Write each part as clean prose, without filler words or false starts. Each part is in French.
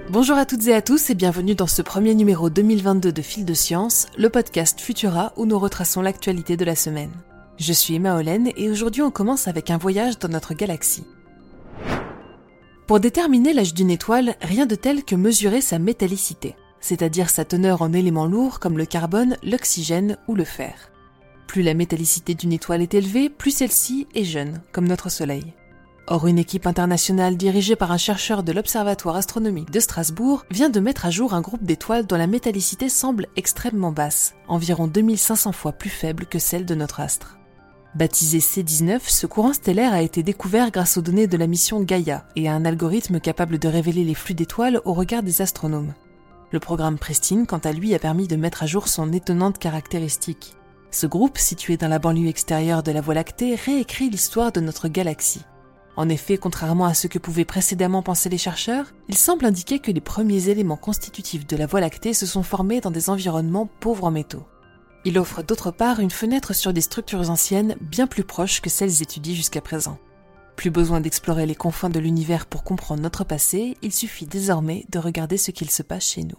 Bonjour à toutes et à tous et bienvenue dans ce premier numéro 2022 de Fil de Science, le podcast Futura où nous retraçons l'actualité de la semaine. Je suis Emma Hollen et aujourd'hui on commence avec un voyage dans notre galaxie. Pour déterminer l'âge d'une étoile, rien de tel que mesurer sa métallicité, c'est-à-dire sa teneur en éléments lourds comme le carbone, l'oxygène ou le fer. Plus la métallicité d'une étoile est élevée, plus celle-ci est jeune, comme notre Soleil. Or, une équipe internationale dirigée par un chercheur de l'Observatoire astronomique de Strasbourg vient de mettre à jour un groupe d'étoiles dont la métallicité semble extrêmement basse, environ 2500 fois plus faible que celle de notre astre. Baptisé C19, ce courant stellaire a été découvert grâce aux données de la mission Gaia et à un algorithme capable de révéler les flux d'étoiles au regard des astronomes. Le programme Prestine, quant à lui, a permis de mettre à jour son étonnante caractéristique. Ce groupe, situé dans la banlieue extérieure de la Voie lactée, réécrit l'histoire de notre galaxie. En effet, contrairement à ce que pouvaient précédemment penser les chercheurs, il semble indiquer que les premiers éléments constitutifs de la Voie lactée se sont formés dans des environnements pauvres en métaux. Il offre d'autre part une fenêtre sur des structures anciennes bien plus proches que celles étudiées jusqu'à présent. Plus besoin d'explorer les confins de l'univers pour comprendre notre passé, il suffit désormais de regarder ce qu'il se passe chez nous.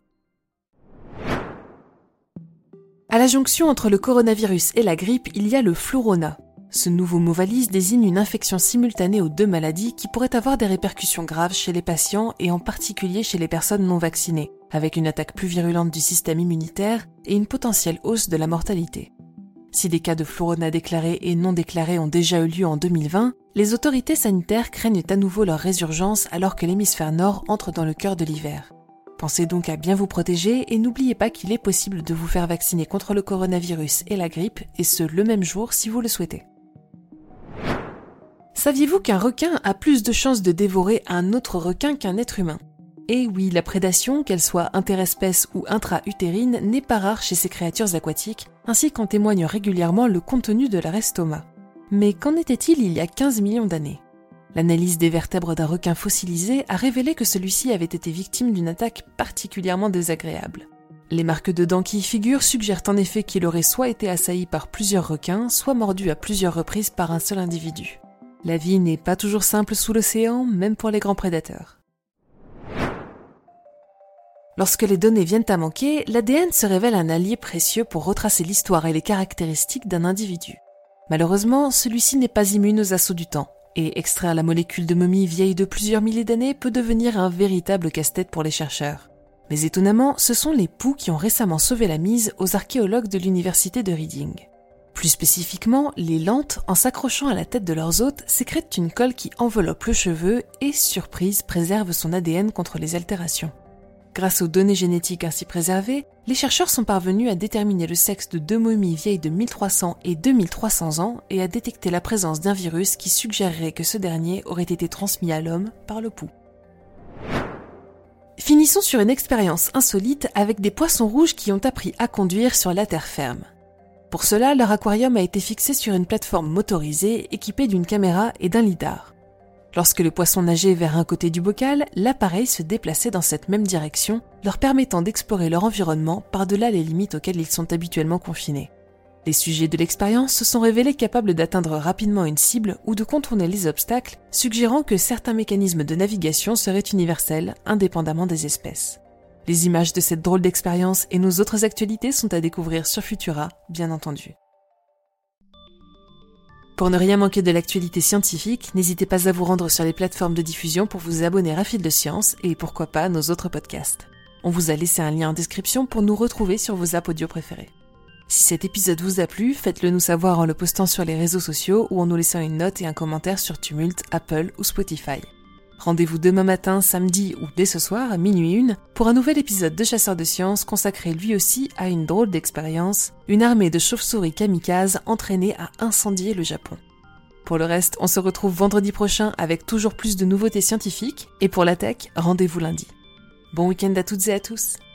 À la jonction entre le coronavirus et la grippe, il y a le flurona. Ce nouveau mot valise désigne une infection simultanée aux deux maladies qui pourrait avoir des répercussions graves chez les patients et en particulier chez les personnes non vaccinées, avec une attaque plus virulente du système immunitaire et une potentielle hausse de la mortalité. Si des cas de flurona déclarés et non déclarés ont déjà eu lieu en 2020, les autorités sanitaires craignent à nouveau leur résurgence alors que l'hémisphère nord entre dans le cœur de l'hiver. Pensez donc à bien vous protéger et n'oubliez pas qu'il est possible de vous faire vacciner contre le coronavirus et la grippe, et ce le même jour si vous le souhaitez. Saviez-vous qu'un requin a plus de chances de dévorer un autre requin qu'un être humain ? Et oui, la prédation, qu'elle soit interespèce ou intra-utérine, n'est pas rare chez ces créatures aquatiques, ainsi qu'en témoigne régulièrement le contenu de leur estomac. Mais qu'en était-il il y a 15 millions d'années ? L'analyse des vertèbres d'un requin fossilisé a révélé que celui-ci avait été victime d'une attaque particulièrement désagréable. Les marques de dents qui y figurent suggèrent en effet qu'il aurait soit été assailli par plusieurs requins, soit mordu à plusieurs reprises par un seul individu. La vie n'est pas toujours simple sous l'océan, même pour les grands prédateurs. Lorsque les données viennent à manquer, l'ADN se révèle un allié précieux pour retracer l'histoire et les caractéristiques d'un individu. Malheureusement, celui-ci n'est pas immune aux assauts du temps, et extraire la molécule de momie vieille de plusieurs milliers d'années peut devenir un véritable casse-tête pour les chercheurs. Mais étonnamment, ce sont les poux qui ont récemment sauvé la mise aux archéologues de l'université de Reading. Plus spécifiquement, les lentes, en s'accrochant à la tête de leurs hôtes, sécrètent une colle qui enveloppe le cheveu et, surprise, préserve son ADN contre les altérations. Grâce aux données génétiques ainsi préservées, les chercheurs sont parvenus à déterminer le sexe de deux momies vieilles de 1300 et 2300 ans et à détecter la présence d'un virus qui suggérerait que ce dernier aurait été transmis à l'homme par le pouls. Finissons sur une expérience insolite avec des poissons rouges qui ont appris à conduire sur la terre ferme. Pour cela, leur aquarium a été fixé sur une plateforme motorisée équipée d'une caméra et d'un lidar. Lorsque le poisson nageait vers un côté du bocal, l'appareil se déplaçait dans cette même direction, leur permettant d'explorer leur environnement par-delà les limites auxquelles ils sont habituellement confinés. Les sujets de l'expérience se sont révélés capables d'atteindre rapidement une cible ou de contourner les obstacles, suggérant que certains mécanismes de navigation seraient universels, indépendamment des espèces. Les images de cette drôle d'expérience et nos autres actualités sont à découvrir sur Futura, bien entendu. Pour ne rien manquer de l'actualité scientifique, n'hésitez pas à vous rendre sur les plateformes de diffusion pour vous abonner à Fil de Science et pourquoi pas à nos autres podcasts. On vous a laissé un lien en description pour nous retrouver sur vos apps audio préférés. Si cet épisode vous a plu, faites-le nous savoir en le postant sur les réseaux sociaux ou en nous laissant une note et un commentaire sur Tumult, Apple ou Spotify. Rendez-vous demain matin, samedi ou dès ce soir à minuit 1 pour un nouvel épisode de Chasseurs de Sciences consacré lui aussi à une drôle d'expérience, une armée de chauves-souris kamikazes entraînée à incendier le Japon. Pour le reste, on se retrouve vendredi prochain avec toujours plus de nouveautés scientifiques et pour la tech, rendez-vous lundi. Bon week-end à toutes et à tous.